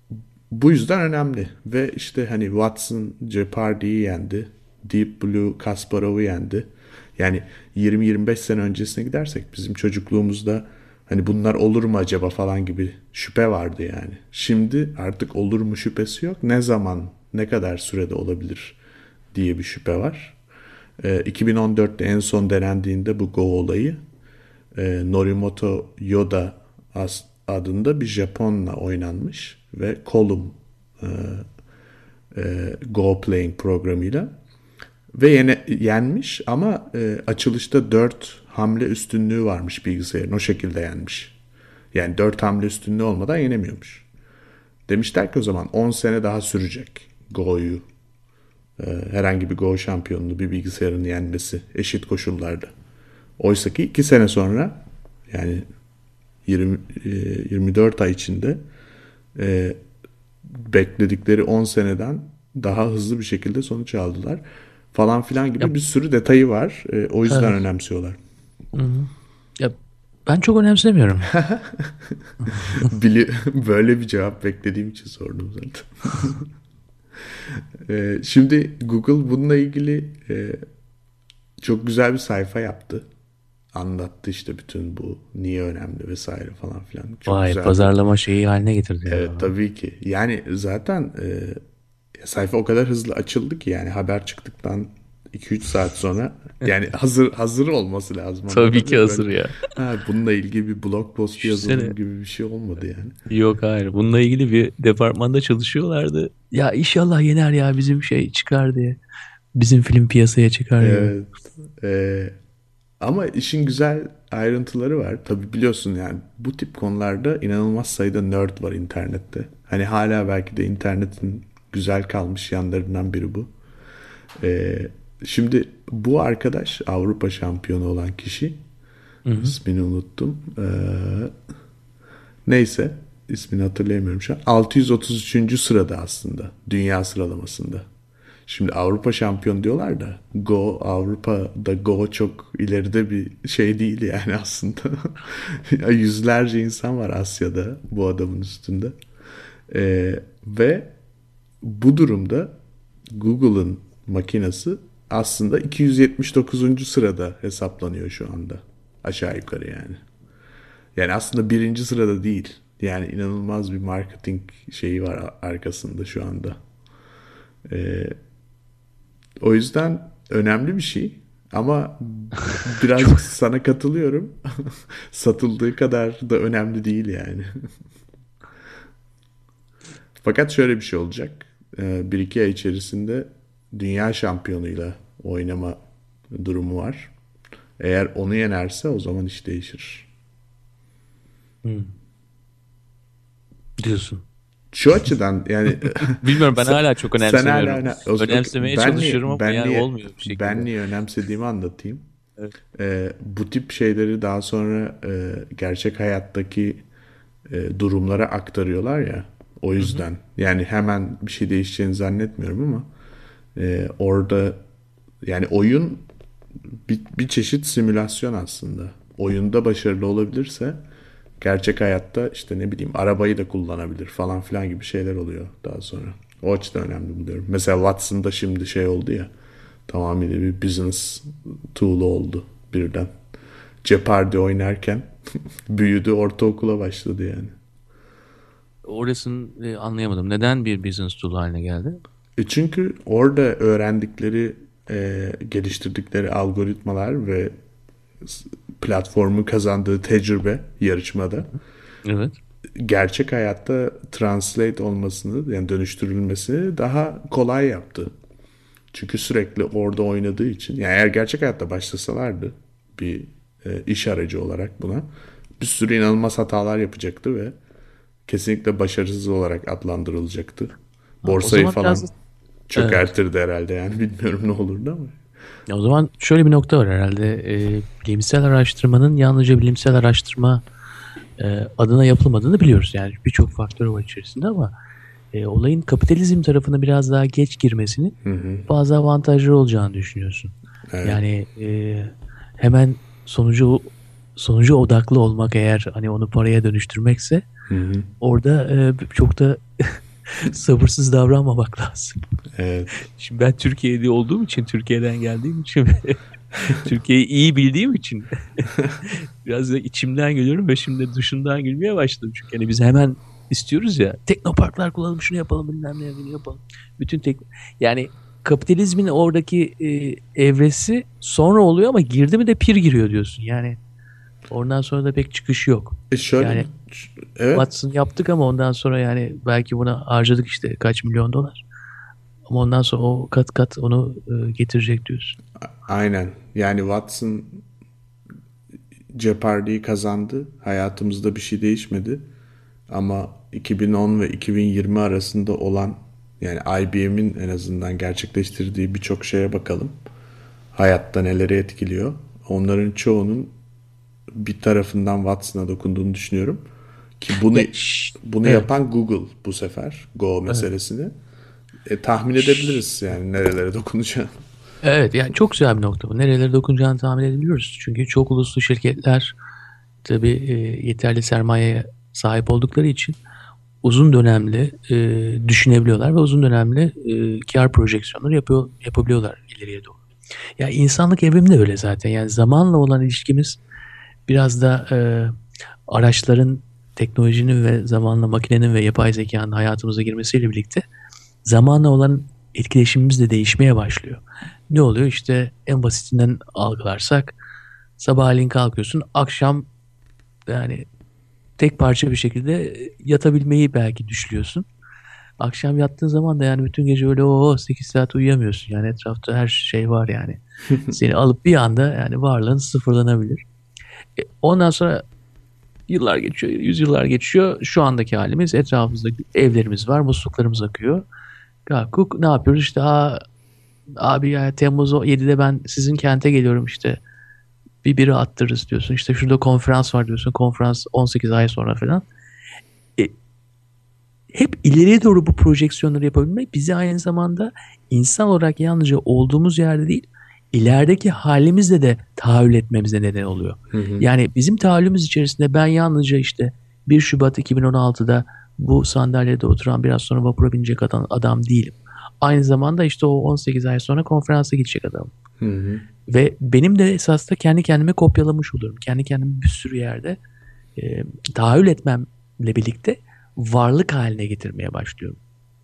bu yüzden önemli. Ve işte hani Watson Jeopardy'yi yendi. Deep Blue Kasparov'u yendi. Yani yirmi yirmi beş sene öncesine gidersek bizim çocukluğumuzda hani bunlar olur mu acaba falan gibi şüphe vardı yani. Şimdi artık olur mu şüphesi yok. Ne zaman, ne kadar sürede olabilir diye bir şüphe var. Ee, iki bin on dörtte en son denendiğinde bu Go olayı e, Norimoto Yoda adında bir Japonla oynanmış ve Column e, Go Playing programıyla ve yene, yenmiş ama e, açılışta dört hamle üstünlüğü varmış bilgisayarın, o şekilde yenmiş. Yani dört hamle üstünlüğü olmadan yenemiyormuş. Demişler ki o zaman on sene daha sürecek Go'yu e, herhangi bir Go şampiyonunu bir bilgisayarın yenmesi eşit koşullarda. Oysa ki iki sene sonra yani yirmi, e, yirmi dört ay içinde e, bekledikleri on seneden daha hızlı bir şekilde sonuç aldılar. Falan filan Ya, gibi bir sürü detayı var. E, o yüzden evet. önemsiyorlar. Hı hı. Ya ben çok önemsemiyorum. Bili böyle bir cevap beklediğim için sordum zaten. E, şimdi Google bununla ilgili e, çok güzel bir sayfa yaptı. anlattı işte bütün bu niye önemli vesaire falan filan. Çok Vay, güzeldi. pazarlama şeyi haline getirdi Evet, yani. tabii ki. Yani zaten e, sayfa o kadar hızlı açıldı ki yani haber çıktıktan iki üç saat sonra yani hazır hazır olması lazım, Tabii anladın ki mı? Böyle hazır ya. ha, bununla ilgili bir blog postu Düşünsene. yazalım gibi bir şey olmadı yani. Yok, hayır. Bununla ilgili bir departmanda çalışıyorlardı. Ya inşallah yener ya, bizim şey çıkar diye. Bizim film piyasaya çıkar gibi. Evet. e, Ama işin güzel ayrıntıları var. Tabii biliyorsun yani bu tip konularda inanılmaz sayıda nerd var internette. Hani hala belki de internetin güzel kalmış yanlarından biri bu. Ee, Şimdi bu arkadaş Avrupa şampiyonu olan kişi, Hı hı. ismini unuttum. Ee, neyse ismini hatırlayamıyorum şu an. altı yüz otuz üçüncü sırada aslında dünya sıralamasında. Şimdi Avrupa şampiyon diyorlar da Go Avrupa'da Go çok ileride bir şey değil yani aslında. Yüzlerce insan var Asya'da bu adamın üstünde. Ee, ve bu durumda Google'ın makinesi aslında iki yüz yetmiş dokuzuncu sırada hesaplanıyor şu anda. Aşağı yukarı yani. Yani aslında birinci sırada değil. Yani inanılmaz bir marketing şeyi var arkasında şu anda. Ee, O yüzden önemli bir şey. Ama birazcık sana katılıyorum. Satıldığı kadar da önemli değil yani. Fakat şöyle bir şey olacak. Ee, Bir iki ay içerisinde dünya şampiyonuyla oynama durumu var. Eğer onu yenerse o zaman iş değişir. Hı. Diyorsun. Şu açıdan yani Bilmiyorum, ben sen, hala çok sen hala önemsemiyorum. öne- o- ok- Önemsemeye ben niye çalışıyorum ama ben yani niye olmuyor bir ben şekilde. niye önemsediğimi anlatayım. Evet. Ee, bu tip şeyleri daha sonra e, gerçek hayattaki e, durumlara aktarıyorlar ya. O Hı hı. yüzden yani hemen bir şey değişeceğini zannetmiyorum ama e, orada yani oyun bir, bir çeşit simülasyon aslında. Oyunda başarılı olabilirse gerçek hayatta işte ne bileyim arabayı da kullanabilir falan filan gibi şeyler oluyor daha sonra. O açıdan önemli buluyorum. Mesela Watson'da şimdi şey oldu ya, tamamıyla bir business tool oldu birden. Jeopardy oynarken büyüdü, ortaokula başladı yani. Orasını e, anlayamadım. Neden bir business tool haline geldi? E çünkü orada öğrendikleri, e, geliştirdikleri algoritmalar ve platformun kazandığı tecrübe yarışmada Evet. gerçek hayatta translate olmasını yani dönüştürülmesini daha kolay yaptı. Çünkü sürekli orada oynadığı için yani eğer gerçek hayatta başlasalardı bir e, iş aracı olarak buna bir sürü inanılmaz hatalar yapacaktı ve kesinlikle başarısız olarak adlandırılacaktı. Ha, o Borsayı zaman biraz falan da, evet. çökertirdi herhalde yani bilmiyorum ne olurdu ama. Ya o zaman şöyle bir nokta var herhalde. E, bilimsel araştırmanın yalnızca bilimsel araştırma e, adına yapılmadığını biliyoruz. Yani birçok faktör var içerisinde ama e, olayın kapitalizm tarafına biraz daha geç girmesinin Hı hı. bazı avantajları olacağını düşünüyorsun. Evet. Yani e, hemen sonucu sonucu odaklı olmak, eğer hani onu paraya dönüştürmekse Hı hı. orada e, çok da sabırsız davranmamak lazım. Evet. Şimdi ben Türkiye'de olduğum için, Türkiye'den geldiğim için Türkiye'yi iyi bildiğim için biraz da içimden gülüyorum ve şimdi dışından gülmeye başladım. Çünkü hani biz hemen istiyoruz ya, teknoparklar kullanalım, şunu yapalım, bilmem ne bunu yapalım. Bütün tek yani kapitalizmin oradaki e, evresi sonra oluyor ama girdi mi de pir giriyor diyorsun. Yani ondan sonra da pek çıkış yok. E şöyle Yani evet, Watson yaptık ama ondan sonra yani belki buna harcadık işte kaç milyon dolar. Ama ondan sonra o kat kat onu e, getirecek diyorsun. aynen. Yani Watson Jeopardy'yi kazandı. Hayatımızda bir şey değişmedi. Ama iki bin on ve iki bin yirmi arasında olan yani I B M'in en azından gerçekleştirdiği birçok şeye bakalım. Hayatta neleri etkiliyor. Onların çoğunun bir tarafından Watson'a dokunduğunu düşünüyorum. Ki bunu Ya, şş, bunu evet. yapan Google bu sefer Go Evet. meselesini. E, tahmin Şş, edebiliriz yani nerelere dokunacağını. evet, yani çok güzel bir nokta bu. Nerelere dokunacağını tahmin edebiliyoruz. Çünkü çok uluslu şirketler tabii e, yeterli sermayeye sahip oldukları için uzun dönemli e, düşünebiliyorlar ve uzun dönemli e, kar projeksiyonları yapıyor, yapabiliyorlar ileriye doğru. Ya insanlık evrimi de öyle zaten. Yani zamanla olan ilişkimiz biraz da e, araçların, teknolojinin ve zamanla makinenin ve yapay zekanın hayatımıza girmesiyle birlikte zamanla olan etkileşimimiz de değişmeye başlıyor. Ne oluyor? İşte en basitinden algılarsak sabahleyin kalkıyorsun, akşam yani tek parça bir şekilde yatabilmeyi belki düşlüyorsun. Akşam yattığın zaman da yani bütün gece öyle o sekiz saat uyuyamıyorsun. Yani etrafta her şey var yani. Seni alıp bir anda yani varlığın sıfırlanabilir. E, ondan sonra yıllar geçiyor, yüzyıllar geçiyor. Şu andaki halimiz, etrafımızda evlerimiz var, musluklarımız akıyor. Kalkıp ne yapıyoruz? İşte Aa, abi ya Temmuz yedide ben sizin kente geliyorum işte. Bir biri attırırız diyorsun. İşte şurada konferans var diyorsun. Konferans on sekiz ay sonra falan. E, hep ileriye doğru bu projeksiyonları yapabilmek bizi aynı zamanda insan olarak yalnızca olduğumuz yerde değil, ilerideki halimizle de tahayyül etmemize neden oluyor. Hı hı. Yani bizim tahayyülümüz içerisinde ben yalnızca işte bir Şubat iki bin on altıda bu sandalyede oturan biraz sonra vapura binecek adam, adam değilim. Aynı zamanda işte o on sekiz ay sonra konferansa gidecek adamım. Hı hı. Ve benim de esasında kendi kendime kopyalamış oluyorum. Kendi kendime bir sürü yerde e, tahayyül etmemle birlikte varlık haline getirmeye başlıyorum.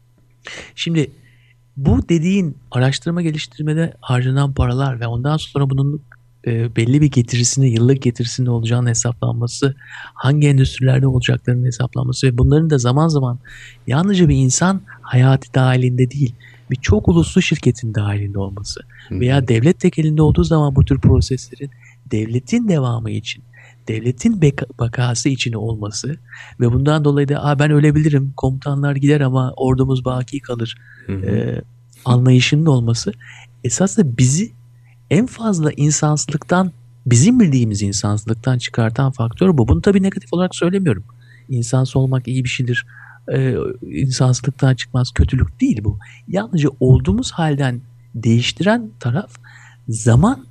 Şimdi bu dediğin araştırma geliştirmede harcanan paralar ve ondan sonra bunun e, belli bir getirisini, yıllık getirisinin olacağının hesaplanması, hangi endüstrilerde olacaklarının hesaplanması ve bunların da zaman zaman yalnızca bir insan hayatı dahilinde değil, bir çok uluslu şirketin dahilinde olması Hı hı. veya devlet tekelinde olduğu zaman bu tür proseslerin devletin devamı için, devletin beka- bakası için olması ve bundan dolayı da Aa, ben ölebilirim, komutanlar gider ama ordumuz baki kalır Hı hı. e, anlayışının olması esasında bizi en fazla insansızlıktan, bizim bildiğimiz insansızlıktan çıkartan faktör bu. Bunu tabii negatif olarak söylemiyorum. İnsansız olmak iyi bir şeydir. Ee, insansızlıktan çıkmaz, kötülük değil bu. Yalnızca olduğumuz halden değiştiren taraf zaman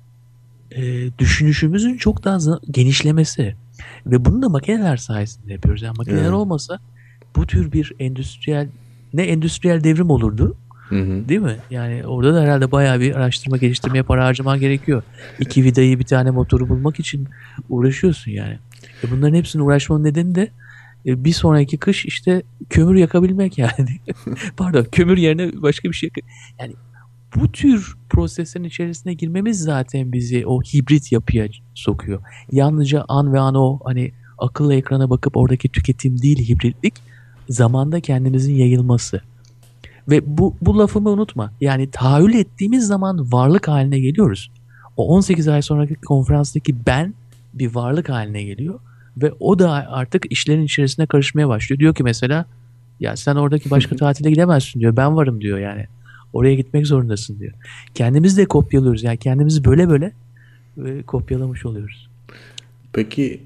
e, düşünüşümüzün çok daha za- genişlemesi. Ve bunu da makineler sayesinde yapıyoruz. Yani makineler Evet. olmasa bu tür bir endüstriyel, ne endüstriyel devrim olurdu, Hı hı. değil mi? Yani orada da herhalde bayağı bir araştırma geliştirmeye para harcaman gerekiyor. İki vidayı bir tane motoru bulmak için uğraşıyorsun yani. E bunların hepsinin uğraşmanın nedeni de e, bir sonraki kış işte kömür yakabilmek yani. Pardon, kömür yerine başka bir şey yak- yani bu tür proseslerin içerisine girmemiz zaten bizi o hibrit yapıya sokuyor. Yalnızca an ve an o hani akıllı ekrana bakıp oradaki tüketim değil, hibritlik, zamanda kendimizin yayılması. Ve bu, bu lafımı unutma. Yani tahayyül ettiğimiz zaman varlık haline geliyoruz. O on sekiz ay sonraki konferanstaki ben bir varlık haline geliyor. Ve o da artık işlerin içerisine karışmaya başlıyor. Diyor ki mesela ya sen oradaki başka tatile gidemezsin diyor. Ben varım diyor yani. Oraya gitmek zorundasın diyor. Kendimizi de kopyalıyoruz. Yani kendimizi böyle böyle e, kopyalamış oluyoruz. Peki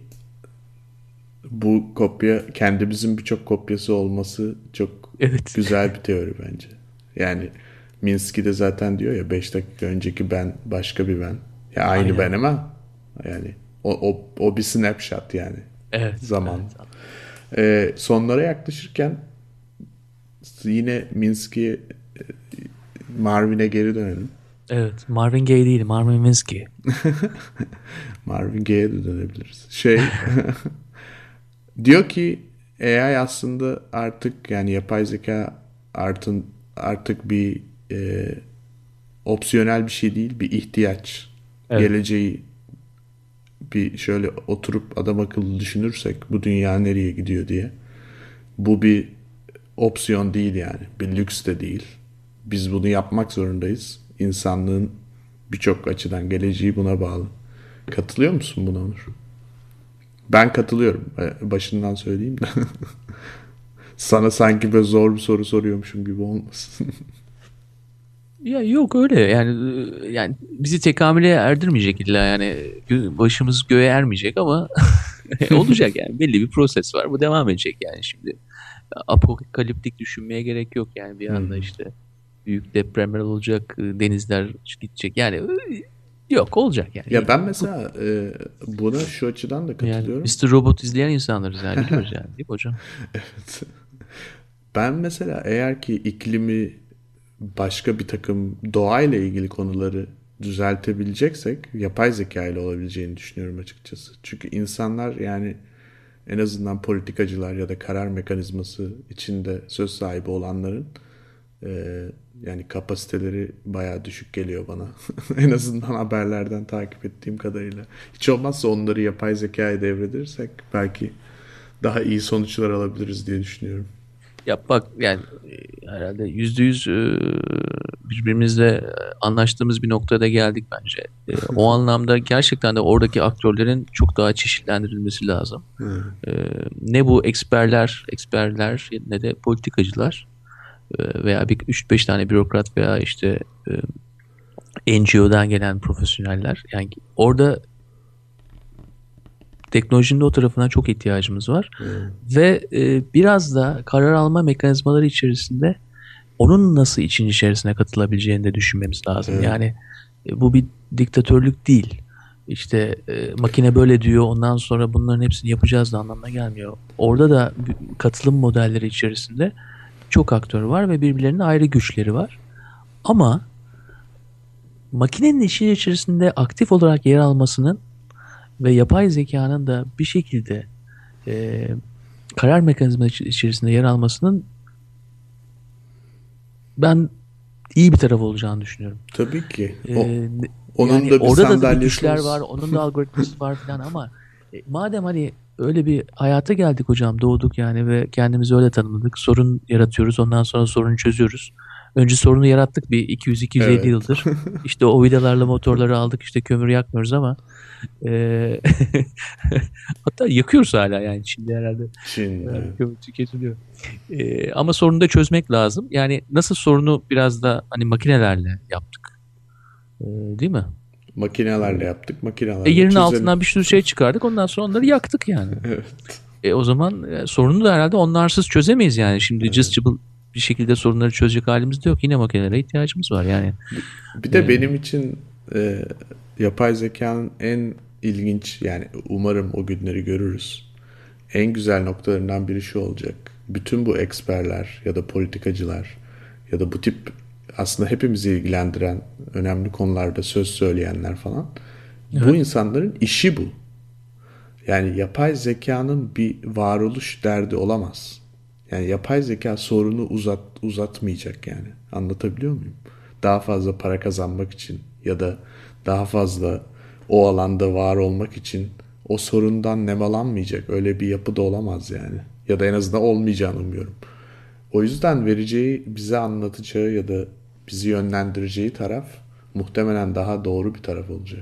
bu kopya kendimizin birçok kopyası olması çok Evet. güzel bir teori bence. Yani Minsky de zaten diyor ya beş dakika önceki ben başka bir ben. Ya aynı Aynen. ben ama yani o, o, o bir snapshot yani Evet. zaman. Evet. Ee, sonlara yaklaşırken yine Minsky Marvin'e geri dönelim. Evet. Marvin Gaye değil. Marvin Minsky. Marvin Gaye'ye de dönebiliriz. Şey diyor ki A I aslında artık yani yapay zeka artın artık bir e, opsiyonel bir şey değil, bir ihtiyaç. Evet. Geleceği bir şöyle oturup adam akıllı düşünürsek bu dünya nereye gidiyor diye. Bu bir opsiyon değil yani. Bir lüks de değil. Biz bunu yapmak zorundayız. İnsanlığın birçok açıdan geleceği buna bağlı. Katılıyor musun buna Onur? Ben katılıyorum. Başından söyleyeyim de. Sana sanki böyle zor bir soru soruyormuşum gibi olmasın. Ya yok öyle yani e, yani bizi tekamüle erdirmeyecek illa yani gö- başımız göğe ermeyecek ama olacak yani belli bir proses var, bu devam edecek yani. Şimdi apokaliptik düşünmeye gerek yok yani bir anda işte büyük depremler olacak, e, denizler gidecek yani e, yok olacak Ya yani ben bu, mesela e, buna şu açıdan da yani katılıyorum. mister Robot izleyen insanlarız yani, biliyoruz yani, değil mi hocam? Ben mesela eğer ki iklimi başka bir takım doğayla ilgili konuları düzeltebileceksek yapay zeka ile olabileceğini düşünüyorum açıkçası. Çünkü insanlar, yani en azından politikacılar ya da karar mekanizması içinde söz sahibi olanların e, yani kapasiteleri bayağı düşük geliyor bana. En azından haberlerden takip ettiğim kadarıyla. Hiç olmazsa onları yapay zekaya devredirsek belki daha iyi sonuçlar alabiliriz diye düşünüyorum. Ya bak yani e, herhalde yüzde yüz e, birbirimizle e, anlaştığımız bir noktada geldik bence. E, o anlamda gerçekten de oradaki aktörlerin çok daha çeşitlendirilmesi lazım. Hı. E, ne bu eksperler, eksperler ne de politikacılar e, veya bir üç beş tane bürokrat veya işte e, N G O'dan gelen profesyoneller. Yani orada teknolojinin o tarafına çok ihtiyacımız var. Hı. Ve e, biraz da karar alma mekanizmaları içerisinde onun nasıl için içerisine katılabileceğini de düşünmemiz lazım. Evet. Yani e, bu bir diktatörlük değil. İşte e, makine böyle diyor, ondan sonra bunların hepsini yapacağız da anlamına gelmiyor. Orada da katılım modelleri içerisinde çok aktör var ve birbirlerinin ayrı güçleri var. Ama makinenin işin içerisinde aktif olarak yer almasının ve yapay zekanın da bir şekilde e, karar mekanizması içerisinde yer almasının ben iyi bir taraf olacağını düşünüyorum. Tabii ki. O, Ee, onun yani da bir orada da tabii sandalyesi güçler var, olsun. onun da algoritması var filan ama e, madem hani öyle bir hayata geldik hocam, doğduk yani ve kendimizi öyle tanımladık. Sorun yaratıyoruz, ondan sonra sorunu çözüyoruz. Önce sorunu yarattık bir iki yüz iki yüz elli Evet. yıldır. İşte o vidalarla motorları aldık, işte kömür yakmıyoruz ama e, hatta yakıyoruz hala yani şimdi herhalde. Şimdi. Yani kömür tüketiliyor. Ee, ama sorunu da çözmek lazım. Yani nasıl sorunu biraz da hani makinelerle yaptık. Ee, değil mi? Makinelerle Ee, yaptık. e, Makinelerle yerin çözelim. altından bir sürü şey çıkardık. Ondan sonra onları yaktık yani. Evet. E, o zaman e, sorunu da herhalde onlarsız çözemeyiz yani. Şimdi Evet. cız cıbıl bir şekilde sorunları çözecek halimiz de yok. Yine makinelere ihtiyacımız var yani. Bir, bir de E, benim için e, yapay zekanın en ilginç, yani umarım o günleri görürüz. En güzel noktalarından biri şu olacak. Bütün bu eksperler ya da politikacılar ya da bu tip aslında hepimizi ilgilendiren önemli konularda söz söyleyenler falan, bu evet. insanların işi bu. Yani yapay zekanın bir varoluş derdi olamaz. Yani yapay zeka sorunu uzat, uzatmayacak yani. Anlatabiliyor muyum? Daha fazla para kazanmak için ya da daha fazla o alanda var olmak için o sorundan nemalanmayacak. Öyle bir yapı da olamaz yani. Ya da en azından olmayacağını umuyorum. O yüzden vereceği, bize anlatacağı ya da bizi yönlendireceği taraf muhtemelen daha doğru bir taraf olacak.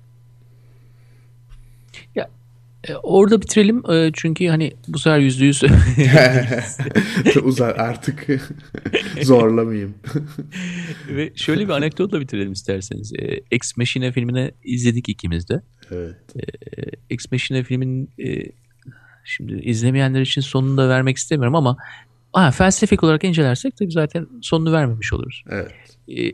Ya e, orada bitirelim. E, çünkü hani bu sefer yüzde yüz değiliz. Uzar artık. Zorlamayayım. Ve şöyle bir anekdotla bitirelim isterseniz. E, Ex Machina filmini izledik ikimiz de. Evet. Ex Machina filmin e, şimdi izlemeyenler için sonunu da vermek istemiyorum ama ha, felsefik olarak incelersek tabii zaten sonunu vermemiş oluruz. Evet. E,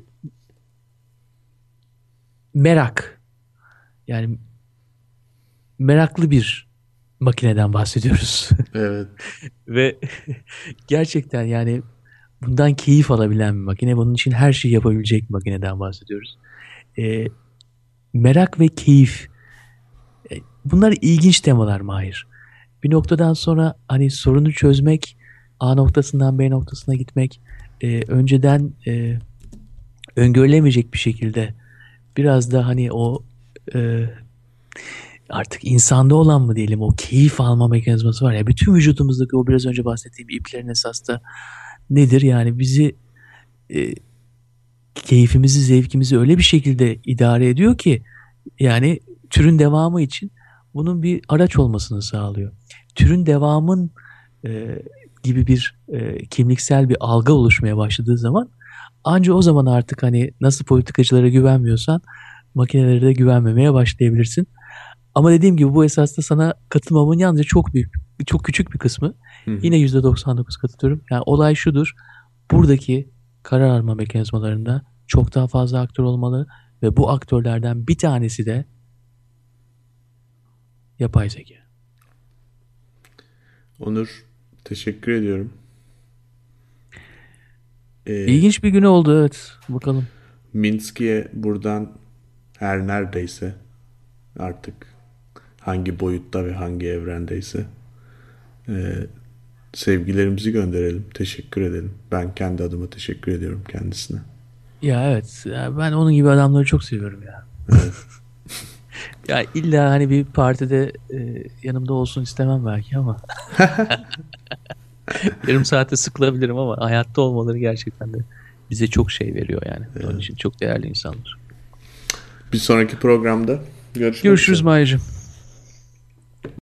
merak yani meraklı bir makineden bahsediyoruz. Evet. Ve gerçekten yani bundan keyif alabilen bir makine. Bunun için her şeyi yapabilecek bir makineden bahsediyoruz. E, merak ve keyif. E, bunlar ilginç temalar Mahir. Bir noktadan sonra hani sorunu çözmek, A noktasından B noktasına gitmek, e, önceden e, öngörülemeyecek bir şekilde biraz da hani o e, artık insanda olan mı diyelim o keyif alma mekanizması var ya, bütün vücudumuzdaki o biraz önce bahsettiğim iplerin esas da nedir yani bizi e, keyfimizi, zevkimizi öyle bir şekilde idare ediyor ki yani türün devamı için bunun bir araç olmasını sağlıyor. Türün devamın e, gibi bir e, kimliksel bir algı oluşmaya başladığı zaman anca o zaman artık hani nasıl politikacılara güvenmiyorsan makinelere de güvenmemeye başlayabilirsin. Ama dediğim gibi bu esasında sana katılmamın yalnızca çok büyük, çok küçük bir kısmı. Hı hı. Yine yüzde doksan dokuz katılıyorum. Yani olay şudur. Buradaki karar alma mekanizmalarında çok daha fazla aktör olmalı ve bu aktörlerden bir tanesi de yapay zeka. Onur, teşekkür ediyorum. Ee, İlginç bir günü oldu, evet. Bakalım. Minsky'ye buradan her neredeyse artık hangi boyutta ve hangi evrendeyse e, sevgilerimizi gönderelim. Teşekkür edelim. Ben kendi adıma teşekkür ediyorum kendisine. Ya evet. Ya ben onun gibi adamları çok seviyorum ya. Evet. Ya illa hani bir partide e, yanımda olsun istemem belki ama yarım saate sıkılabilirim ama hayatta olmaları gerçekten de bize çok şey veriyor yani. Onun için çok değerli insanlar. Bir sonraki programda görüşmek Görüşürüz üzere. Mahir'cim.